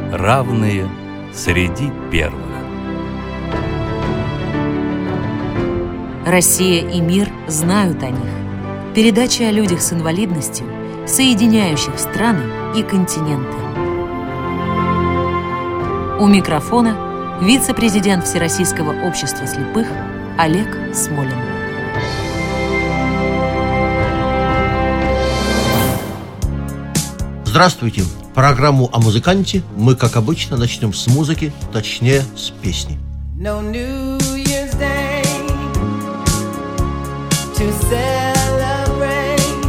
равные среди первых. Россия и мир знают о них. Передача о людях с инвалидностью, соединяющих страны и континенты. У микрофона вице-президент Всероссийского общества слепых Олег Смолин. Здравствуйте! Программу о музыканте мы, как обычно, начнем с музыки, точнее, с песни. No New Year's Day to celebrate.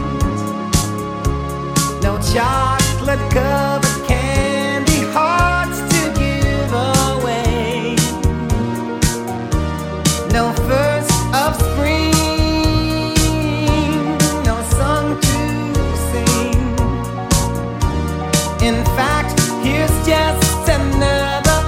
No chocolate covered candy hearts to give away. No first of spring, no song to sing. In fact, here's just another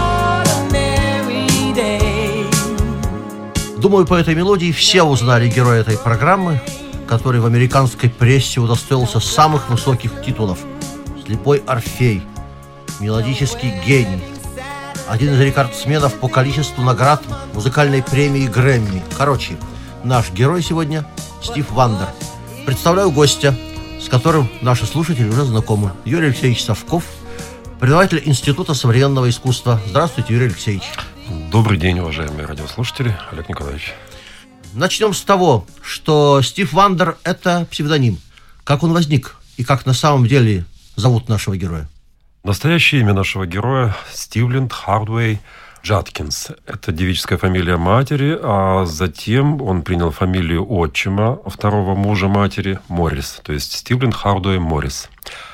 ordinary day. Думаю, по этой мелодии все узнали героя этой программы, который в американской прессе удостоился самых высоких титулов. Слепой Орфей, мелодический гений, один из рекордсменов по количеству наград музыкальной премии Грэмми. Короче, наш герой сегодня Стив Вандер. Представляю гостя, с которым наши слушатели уже знакомы. Юрий Алексеевич Совков, преподаватель Института современного искусства. Здравствуйте, Юрий Алексеевич. Добрый день, уважаемые радиослушатели. Олег Николаевич. Начнем с того, что Стив Вандер – это псевдоним. Как он возник и как на самом деле зовут нашего героя? Настоящее имя нашего героя – Стивленд Хардуэй Джаткинс. Это девическая фамилия матери, а затем он принял фамилию отчима, второго мужа матери, Моррис, то есть Стивленд Хардуэй Моррис.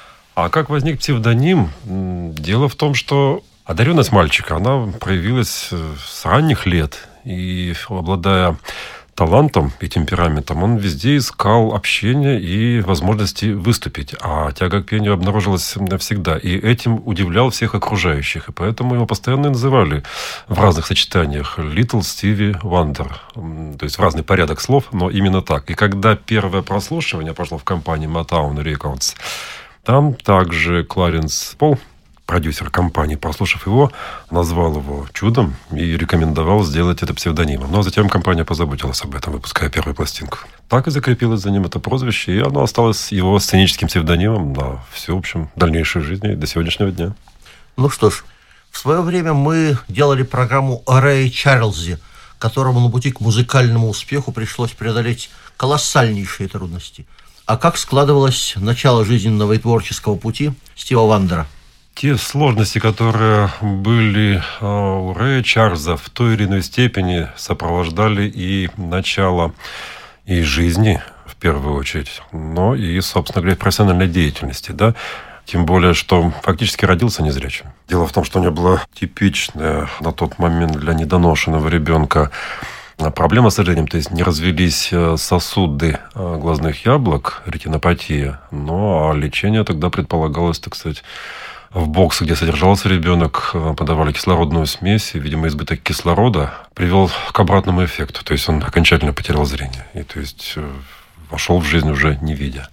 А как возник псевдоним? Дело в том, что одаренность мальчика, она проявилась с ранних лет, и обладая талантом и темпераментом, он везде искал общения и возможности выступить. А тяга к пению обнаружилась всегда. И этим удивлял всех окружающих. И поэтому его постоянно называли в разных сочетаниях Little Stevie Wonder. То есть в разный порядок слов, но именно так. И когда первое прослушивание прошло в компании Motown Records, там также Кларенс Пол, продюсер компании, прослушав его, назвал его чудом и рекомендовал сделать это псевдонимом. Но затем компания позаботилась об этом, выпуская первую пластинку. Так и закрепилось за ним это прозвище, и оно осталось его сценическим псевдонимом на всеобщем дальнейшей жизни до сегодняшнего дня. Ну что ж, в свое время мы делали программу о Рэе Чарльзе, которому на пути к музыкальному успеху пришлось преодолеть колоссальнейшие трудности. А как складывалось начало жизненного и творческого пути Стива Вандера? Те сложности, которые были у Рэя Чарльза, в той или иной степени сопровождали и начало и жизни, в первую очередь, но и, собственно говоря, профессиональной деятельности, да. Тем более, что фактически родился незрячим. Дело в том, что у него была типичная на тот момент для недоношенного ребенка проблема с зрением, то есть не развились сосуды глазных яблок, ретинопатия, но лечение тогда предполагалось, так сказать, в боксе, где содержался ребенок, подавали кислородную смесь, и, видимо, избыток кислорода привел к обратному эффекту. То есть он окончательно потерял зрение. И, то есть, вошел в жизнь уже не видя.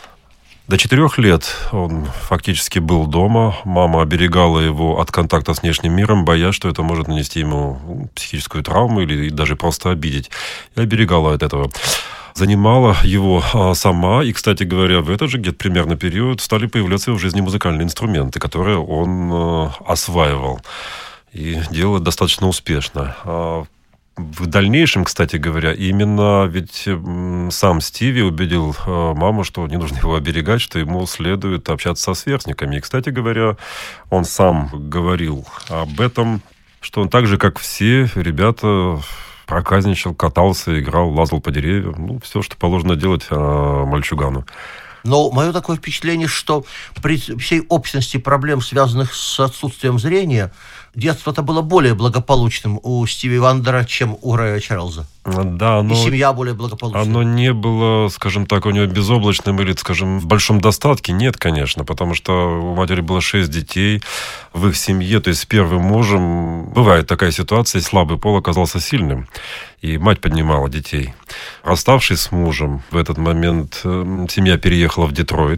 До 4 лет он фактически был дома. Мама оберегала его от контакта с внешним миром, боясь, что это может нанести ему психическую травму или даже просто обидеть. И оберегала от этого. Занимала его сама. И, кстати говоря, в этот же где-то примерно период стали появляться в жизни музыкальные инструменты, которые он осваивал. И делал это достаточно успешно. В дальнейшем, кстати говоря, именно ведь сам Стиви убедил маму, что не нужно его оберегать, что ему следует общаться со сверстниками. И, кстати говоря, он сам говорил об этом, что он так же, как все ребята, проказничал, катался, играл, лазал по деревьям. Ну, все, что положено делать мальчугану. Но мое такое впечатление, что при всей общности проблем, связанных с отсутствием зрения, детство-то было более благополучным у Стиви Вандера, чем у Рэя Чарльза. Да, но и семья более благополучная. Оно не было, скажем так, у него безоблачным или, скажем, в большом достатке. Нет, конечно, потому что у матери было 6 детей в их семье, то есть с первым мужем. Бывает такая ситуация, слабый пол оказался сильным, и мать поднимала детей. Расставшись с мужем, в этот момент семья переехала в Детройт,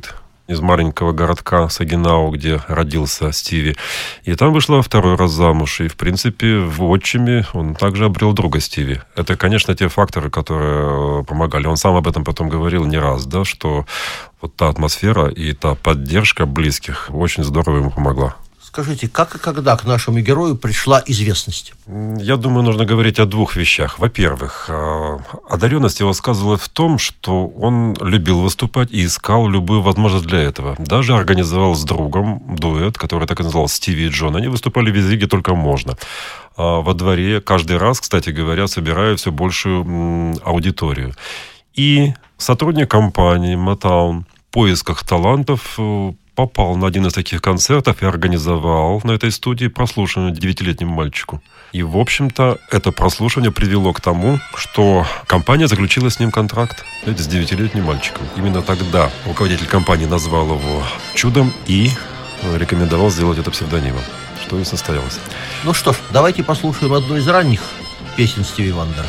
из маленького городка Сагинау, где родился Стиви. И там вышла второй раз замуж. И, в принципе, в отчиме он также обрел друга Стиви. Это, конечно, те факторы, которые помогали. Он сам об этом потом говорил не раз, да, что вот та атмосфера и та поддержка близких очень здорово ему помогла. Скажите, как и когда к нашему герою пришла известность? Я думаю, нужно говорить о двух вещах. Во-первых, одаренность его сказывалась в том, что он любил выступать и искал любую возможность для этого. Даже организовал с другом дуэт, который так и назывался «Стиви и Джон». Они выступали везде, где только можно. Во дворе каждый раз, кстати говоря, собирая все большую аудиторию. И сотрудник компании Motown в поисках талантов попал на один из таких концертов и организовал на этой студии прослушивание 9-летнему мальчику. И, в общем-то, это прослушивание привело к тому, что компания заключила с ним контракт с 9-летним мальчиком. Именно тогда руководитель компании назвал его чудом и рекомендовал сделать это псевдонимом, что и состоялось. Ну что ж, давайте послушаем одну из ранних песен Стиви Вандера.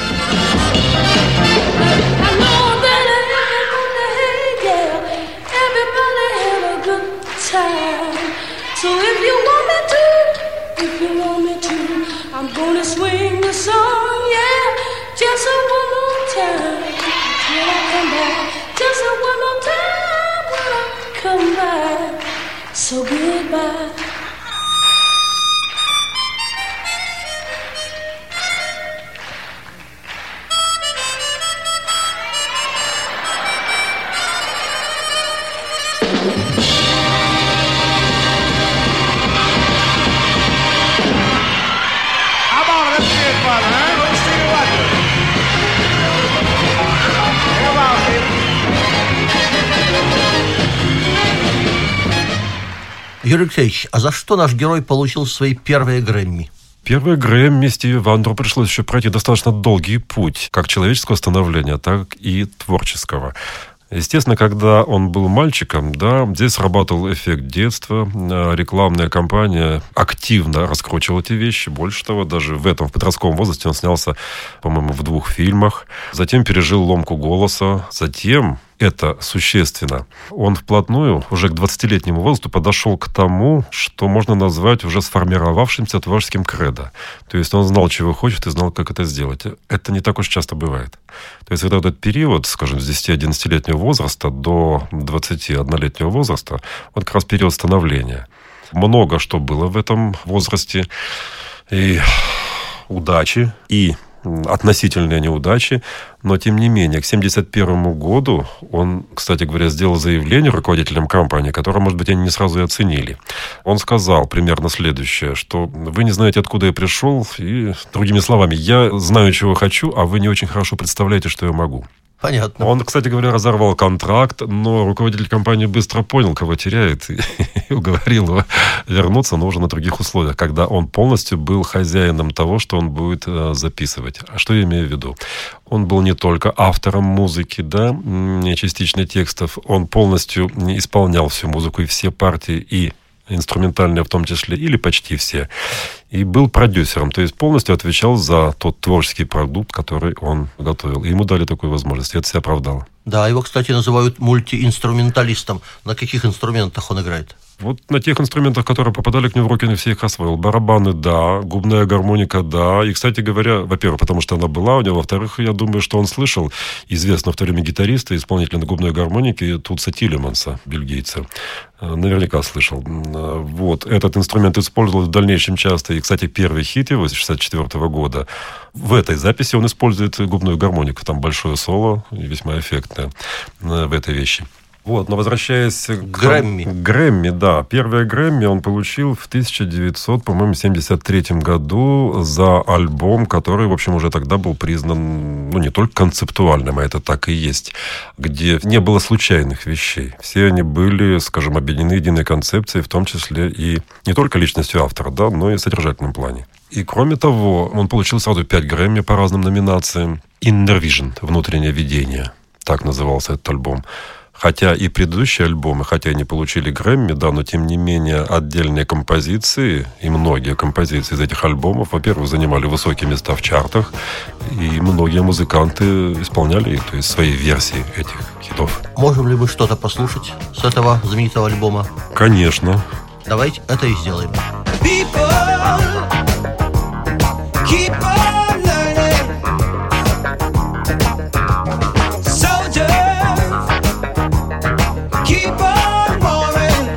So if you want me to, I'm gonna swing the song, yeah, just one more time. Till I come back, just one more time when I come back. So goodbye. Юрий Алексеевич, а за что наш герой получил свои первые Грэмми? Первый Грэмми Стиви Вандеру пришлось еще пройти достаточно долгий путь, как человеческого становления, так и творческого. Естественно, когда он был мальчиком, да, здесь срабатывал эффект детства. Рекламная кампания активно раскручивала эти вещи. Больше того, даже в подростковом возрасте он снялся, по-моему, в 2 фильмах. Затем пережил ломку голоса. Затем, это существенно, он вплотную уже к 20-летнему возрасту подошел к тому, что можно назвать уже сформировавшимся творческим кредо. То есть он знал, чего хочет, и знал, как это сделать. Это не так уж часто бывает. То есть вот этот период, скажем, с 10-11-летнего возраста до 21-летнего возраста, вот как раз период становления. Много что было в этом возрасте. И удачи, и относительные неудачи, но тем не менее, к 1971 году он, кстати говоря, сделал заявление руководителям компании, которое, может быть, они не сразу и оценили. Он сказал примерно следующее, что вы не знаете, откуда я пришел, и, другими словами, я знаю, чего хочу, а вы не очень хорошо представляете, что я могу. Понятно. Он, кстати говоря, разорвал контракт, но руководитель компании быстро понял, кого теряет, и уговорил его вернуться, но уже на других условиях, когда он полностью был хозяином того, что он будет записывать. А что я имею в виду? Он был не только автором музыки, да, частично текстов, он полностью исполнял всю музыку и все партии, и инструментальные в том числе, или почти все. И был продюсером, то есть полностью отвечал за тот творческий продукт, который он готовил. И ему дали такую возможность, и это себя оправдало. Да, его, кстати, называют мультиинструменталистом. На каких инструментах он играет? Вот на тех инструментах, которые попадали к нему в руки, он все их освоил. Барабаны, да, губная гармоника, да. И, кстати говоря, во-первых, потому что она была у него, во-вторых, я думаю, что он слышал известного в то время гитариста, исполнителя губной гармоники Тутса Тилеманса, бельгийца. Наверняка слышал. Вот. Этот инструмент использовался в дальнейшем часто. И, кстати, первый хит его 1964 года. В этой записи он использует губную гармонику. Там большое соло, весьма эффектное в этой вещи. Вот, но возвращаясь к Грэмми, да. Первое Грэмми он получил в 1973 году за альбом, который, в общем, уже тогда был признан, не только концептуальным, а это так и есть, где не было случайных вещей. Все они были, скажем, объединены единой концепцией, в том числе и не только личностью автора, да, но и в содержательном плане. И, кроме того, он получил сразу 5 Грэмми по разным номинациям. Inner Vision, внутреннее видение, так назывался этот альбом. Хотя и предыдущие альбомы, хотя и не получили Грэмми, да, но тем не менее отдельные композиции и многие композиции из этих альбомов, во-первых, занимали высокие места в чартах, и многие музыканты исполняли их, то есть свои версии этих хитов. Можем ли мы что-то послушать с этого знаменитого альбома? Конечно. Давайте это и сделаем. People keep on learning. Soldiers keep on warring.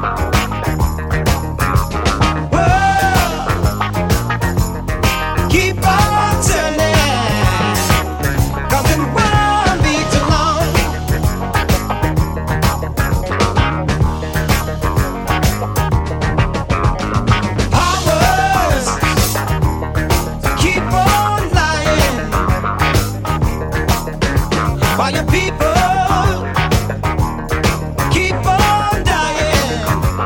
World keep on turning. 'Cause it won't be too long. Powers keep on lying, while your people keep on dying.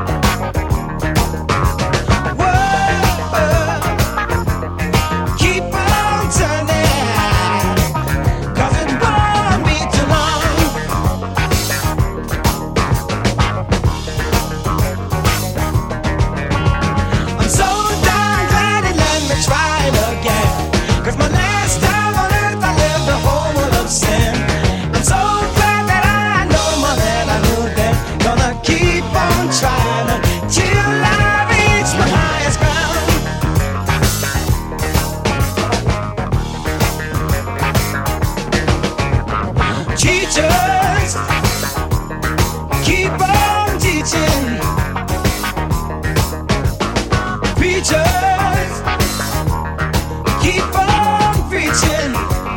World keep on turning, 'cause it won't be too long. I'm so darn glad it let me try it again. 'Cause my last time on earth I lived a whole world of sin. I'm so glad that I know more than I knew then. Gonna keep on trying until I reach my highest ground. Teachers keep on teaching. Preachers keep on preaching.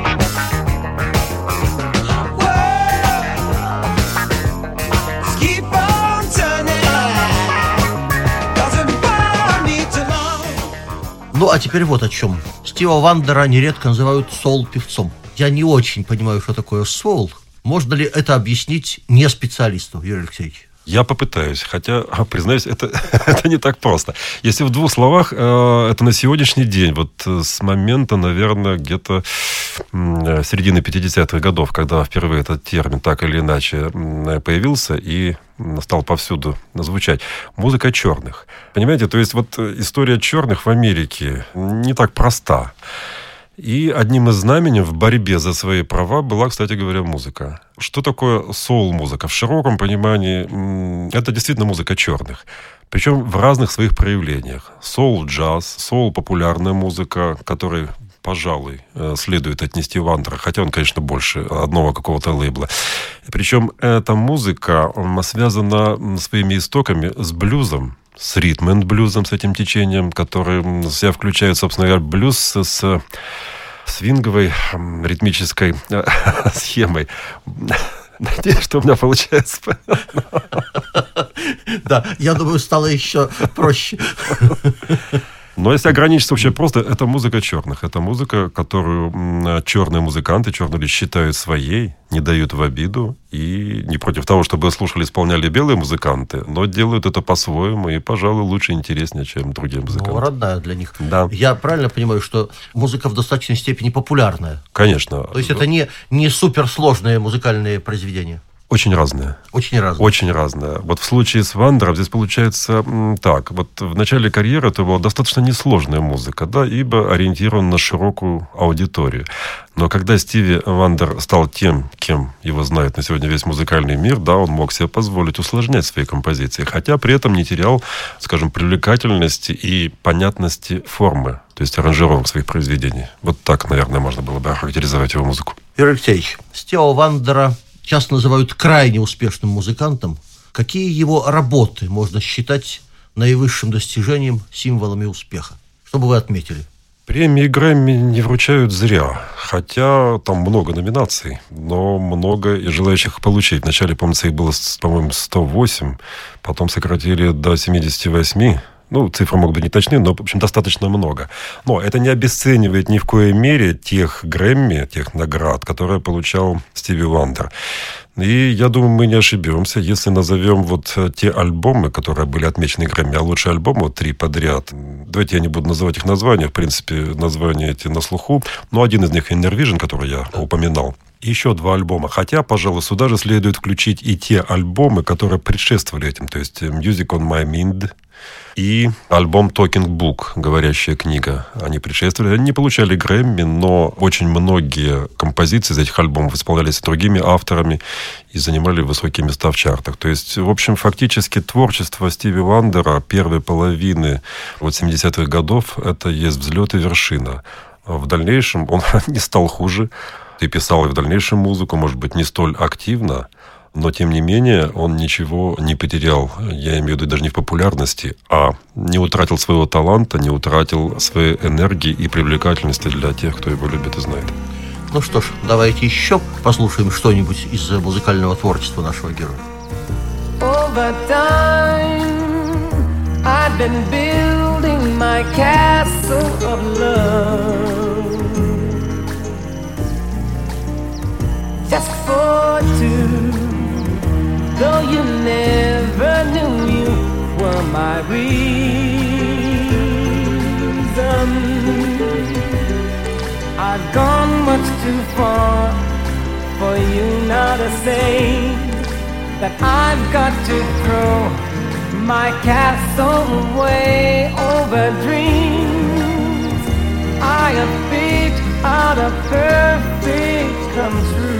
Words keep on turning, 'cause it won't be too long. Ну, а теперь вот о чем. Стива Вандера нередко называют соул-певцом. Я не очень понимаю, что такое соул. Можно ли это объяснить не специалисту, Юрий Алексеевич? Я попытаюсь, хотя, признаюсь, это не так просто. Если в двух словах, это на сегодняшний день, вот с момента, наверное, где-то середины 50-х годов, когда впервые этот термин так или иначе появился и стал повсюду звучать. Музыка черных. Понимаете, то есть вот история черных в Америке не так проста. И одним из знамений в борьбе за свои права была, кстати говоря, музыка. Что такое соул-музыка? В широком понимании это действительно музыка черных. Причем в разных своих проявлениях. Соул-джаз, соул-популярная музыка, которой, пожалуй, следует отнести Вандера, хотя он, конечно, больше одного какого-то лейбла. Причем эта музыка связана своими истоками с блюзом, с ритм-энд-блюзом, с этим течением, который в себя включает, собственно говоря, блюз с свинговой ритмической схемой. Надеюсь, что у меня получается. Да, я думаю, стало еще проще. Но если ограничиться вообще просто, это музыка черных. Это музыка, которую черные музыканты, черные люди считают своей, не дают в обиду. И не против того, чтобы слушали, исполняли белые музыканты, но делают это по-своему и, пожалуй, лучше и интереснее, чем другие музыканты. Ну, родная для них. Да. Я правильно понимаю, что музыка в достаточной степени популярная? Конечно. То есть это не суперсложные музыкальные произведения? Очень разные. Очень разные. Очень разные. Вот в случае с Вандером здесь получается так. Вот в начале карьеры это была достаточно несложная музыка, да, ибо ориентирована на широкую аудиторию. Но когда Стиви Вандер стал тем, кем его знает на сегодня весь музыкальный мир, да, он мог себе позволить усложнять свои композиции, хотя при этом не терял, скажем, привлекательности и понятности формы, то есть аранжировок своих произведений. Вот так, наверное, можно было бы охарактеризовать его музыку. Юрий Алексеевич, Стива Вандера часто называют крайне успешным музыкантом. Какие его работы можно считать наивысшим достижением, символами успеха? Что бы вы отметили? Премии Грэмми не вручают зря, хотя там много номинаций, но много и желающих их получить. Вначале, помнится, их было, по-моему, 108, потом сократили до 78. Ну, цифры могут быть не точны, но, в общем, достаточно много. Но это не обесценивает ни в коей мере тех Грэмми, тех наград, которые получал Стиви Вандер. И я думаю, мы не ошибемся, если назовем вот те альбомы, которые были отмечены Грэмми, а лучшие альбомы, вот 3 подряд. Давайте я не буду называть их названия, в принципе, названия эти на слуху. Но один из них Inner Vision, который я упоминал. еще 2 альбома. Хотя, пожалуй, сюда же следует включить и те альбомы, которые предшествовали этим. То есть «Music on My Mind» и альбом «Talking Book», «Говорящая книга». Они предшествовали. Они не получали Грэмми, но очень многие композиции из этих альбомов исполнялись другими авторами и занимали высокие места в чартах. То есть, в общем, фактически творчество Стиви Вандера первой половины 70-х годов — это есть взлет и вершина. В дальнейшем он не стал хуже. И писал и в дальнейшем музыку, может быть, не столь активно, но, тем не менее, он ничего не потерял. Я имею в виду даже не в популярности, а не утратил своего таланта, не утратил своей энергии и привлекательности для тех, кто его любит и знает. Ну что ж, давайте еще послушаем что-нибудь из музыкального творчества нашего героя. Over time, I've been building my castle of love. Just for two, though you never knew you were my reason. I've gone much too far for you now to say that I've got to throw my castle away over dreams I have picked out of perfect come true.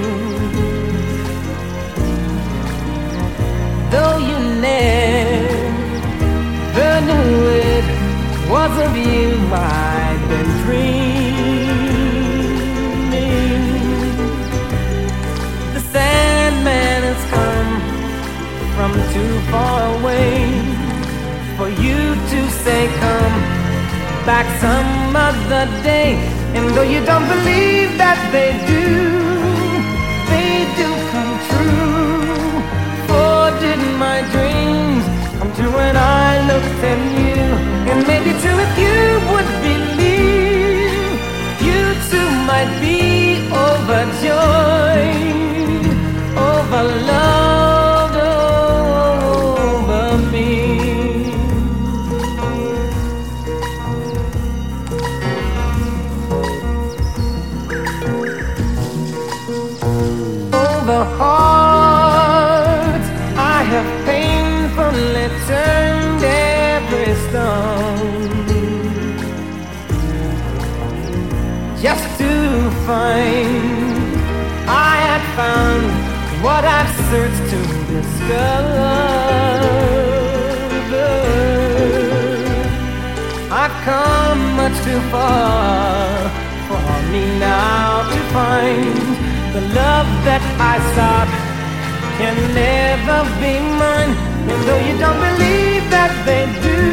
Though you never knew it was of you I've been dreaming. The Sandman has come from too far away for you to say come back some other day. And though you don't believe that they do come true. For did my dreams come true when I looked at you? And maybe too if you would believe, you too might be overjoyed, overloved over me. Over hearts I have painfully turned every stone, just to find I had found what I've searched to discover. I've come much too far for me now to find the love that I sought can never be mine. And though you don't believe that they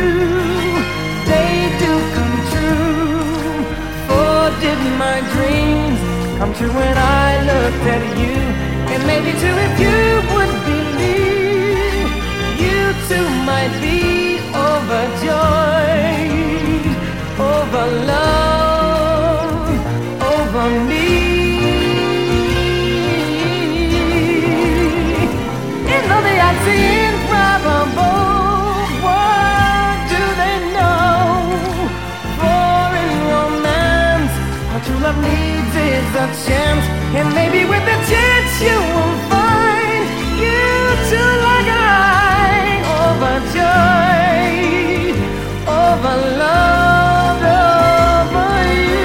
do come true. For did my dreams come true when I looked at you? And maybe too if you would believe, you too might be overjoyed, overloved, over me. Improbable, what do they know? For in romance, what true love needs is a chance. And maybe with a chance you will find you too like I, overjoyed, overloved over you.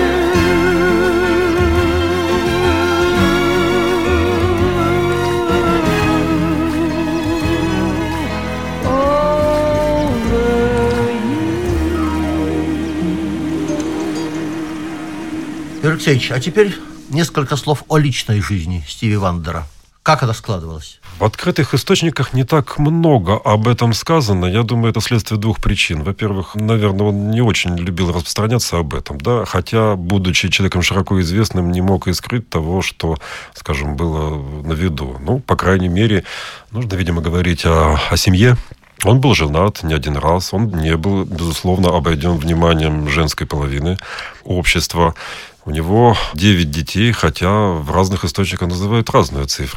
Алексеевич, а теперь несколько слов о личной жизни Стиви Вандера. Как это складывалось? В открытых источниках не так много об этом сказано. Я думаю, это следствие 2 причин. Во-первых, наверное, он не очень любил распространяться об этом, да, хотя, будучи человеком широко известным, не мог и скрыть того, что, скажем, было на виду. Ну, по крайней мере, нужно, видимо, говорить о семье. Он был женат не один раз, он не был, безусловно, обойден вниманием женской половины общества. У него 9 детей, хотя в разных источниках называют разные цифры.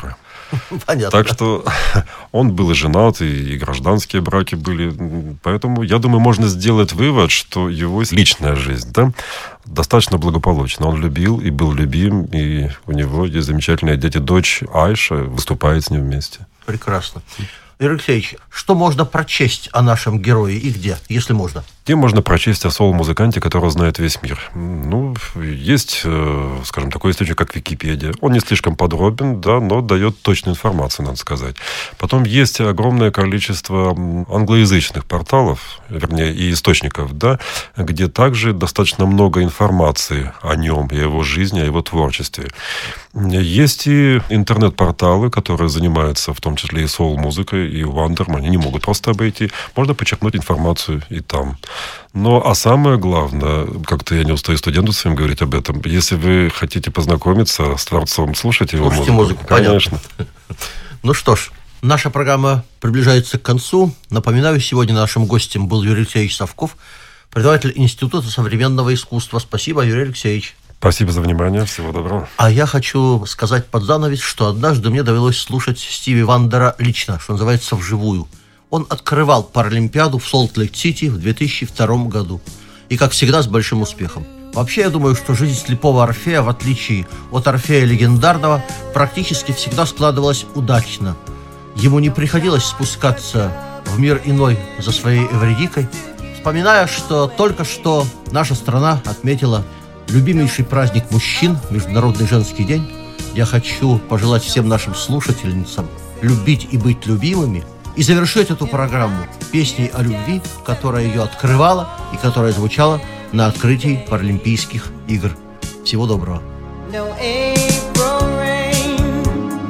Понятно. Так что он был и женат, и гражданские браки были. Поэтому, я думаю, можно сделать вывод, что его личная жизнь, да, достаточно благополучна. Он любил и был любим, и у него есть замечательные дети. Дочь Айша выступает с ним вместе. Прекрасно. Юрий Алексеевич, что можно прочесть о нашем герое и где, если можно? Где можно прочесть о соул-музыканте, которого знает весь мир? Ну, есть, скажем, такой источник, как Википедия. Он не слишком подробен, да, но дает точную информацию, надо сказать. Потом есть огромное количество англоязычных порталов, вернее, и источников, да, где также достаточно много информации о нем, и о его жизни, о его творчестве. Есть и интернет-порталы, которые занимаются в том числе и соул-музыкой, и вандером. Они не могут просто обойти. Можно подчеркнуть информацию и там. А самое главное, как-то я не устаю студентам своим говорить об этом, если вы хотите познакомиться с творцом, слушайте его музыку. Конечно. Ну что ж, наша программа приближается к концу. Напоминаю, сегодня нашим гостем был Юрий Алексеевич Совков, преподаватель Института современного искусства. Спасибо, Юрий Алексеевич. Спасибо за внимание. Всего доброго. А я хочу сказать под занавес, что однажды мне довелось слушать Стиви Вандера лично, что называется, вживую. Он открывал Паралимпиаду в Солт-Лейк-Сити в 2002 году. И, как всегда, с большим успехом. Вообще, я думаю, что жизнь слепого Орфея, в отличие от Орфея легендарного, практически всегда складывалась удачно. Ему не приходилось спускаться в мир иной за своей Эвредикой. Вспоминая, что только что наша страна отметила любимейший праздник мужчин, Международный женский день, я хочу пожелать всем нашим слушательницам любить и быть любимыми и завершить эту программу песней о любви, которая ее открывала и которая звучала на открытии Паралимпийских игр. Всего доброго. No April rain,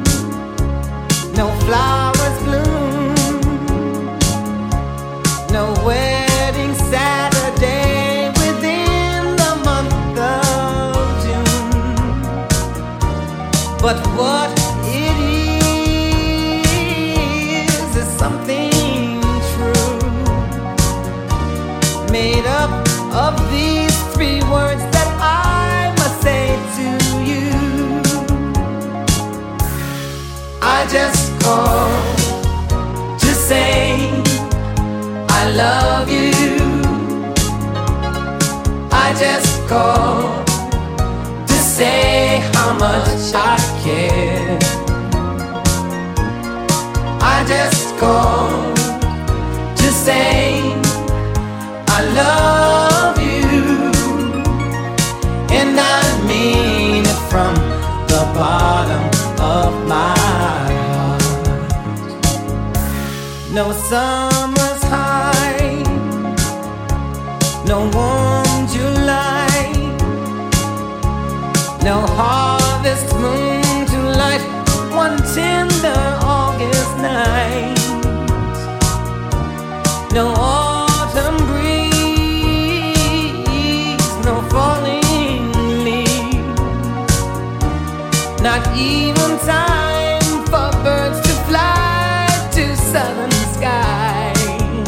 no flowers bloom, no wedding Saturday within the month of June. But what it is something true, made up of these three words that I must say to you. I just called to say I love you. I just called to say how much I care. I just called to say I love you, and I mean it from the bottom of my heart. No summer's high, no warm July, no harvest moon to light one tender August night, no autumn breeze, no falling leaves, not even time for birds to fly to southern skies,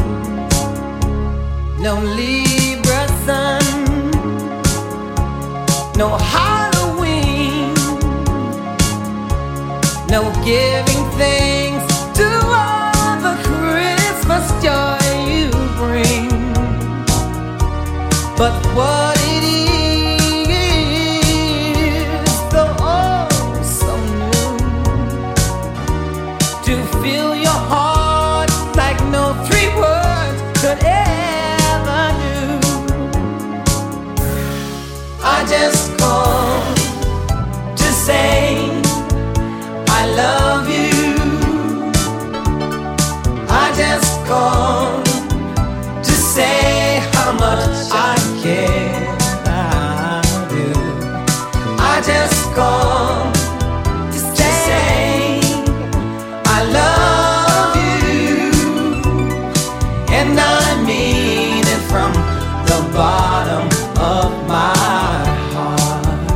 no Libra sun, no Halloween, no giving thanks to all the Christmas joy you bring. But what it is, though oh so new, to fill your heart like no three words could ever do. I just called to say I love you. I just called to say how much I care. I do. I just called to say I love you, and I mean it from the bottom of my heart.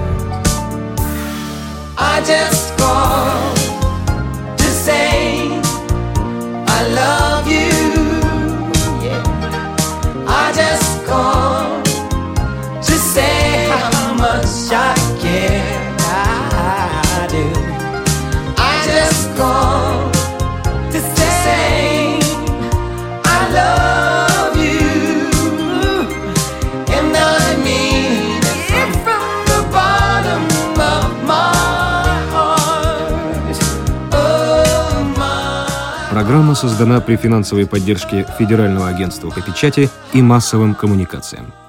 I just called to say I love you, yeah. I just called to say how much I care. I do. I just called Программа создана при финансовой поддержке Федерального агентства по печати и массовым коммуникациям.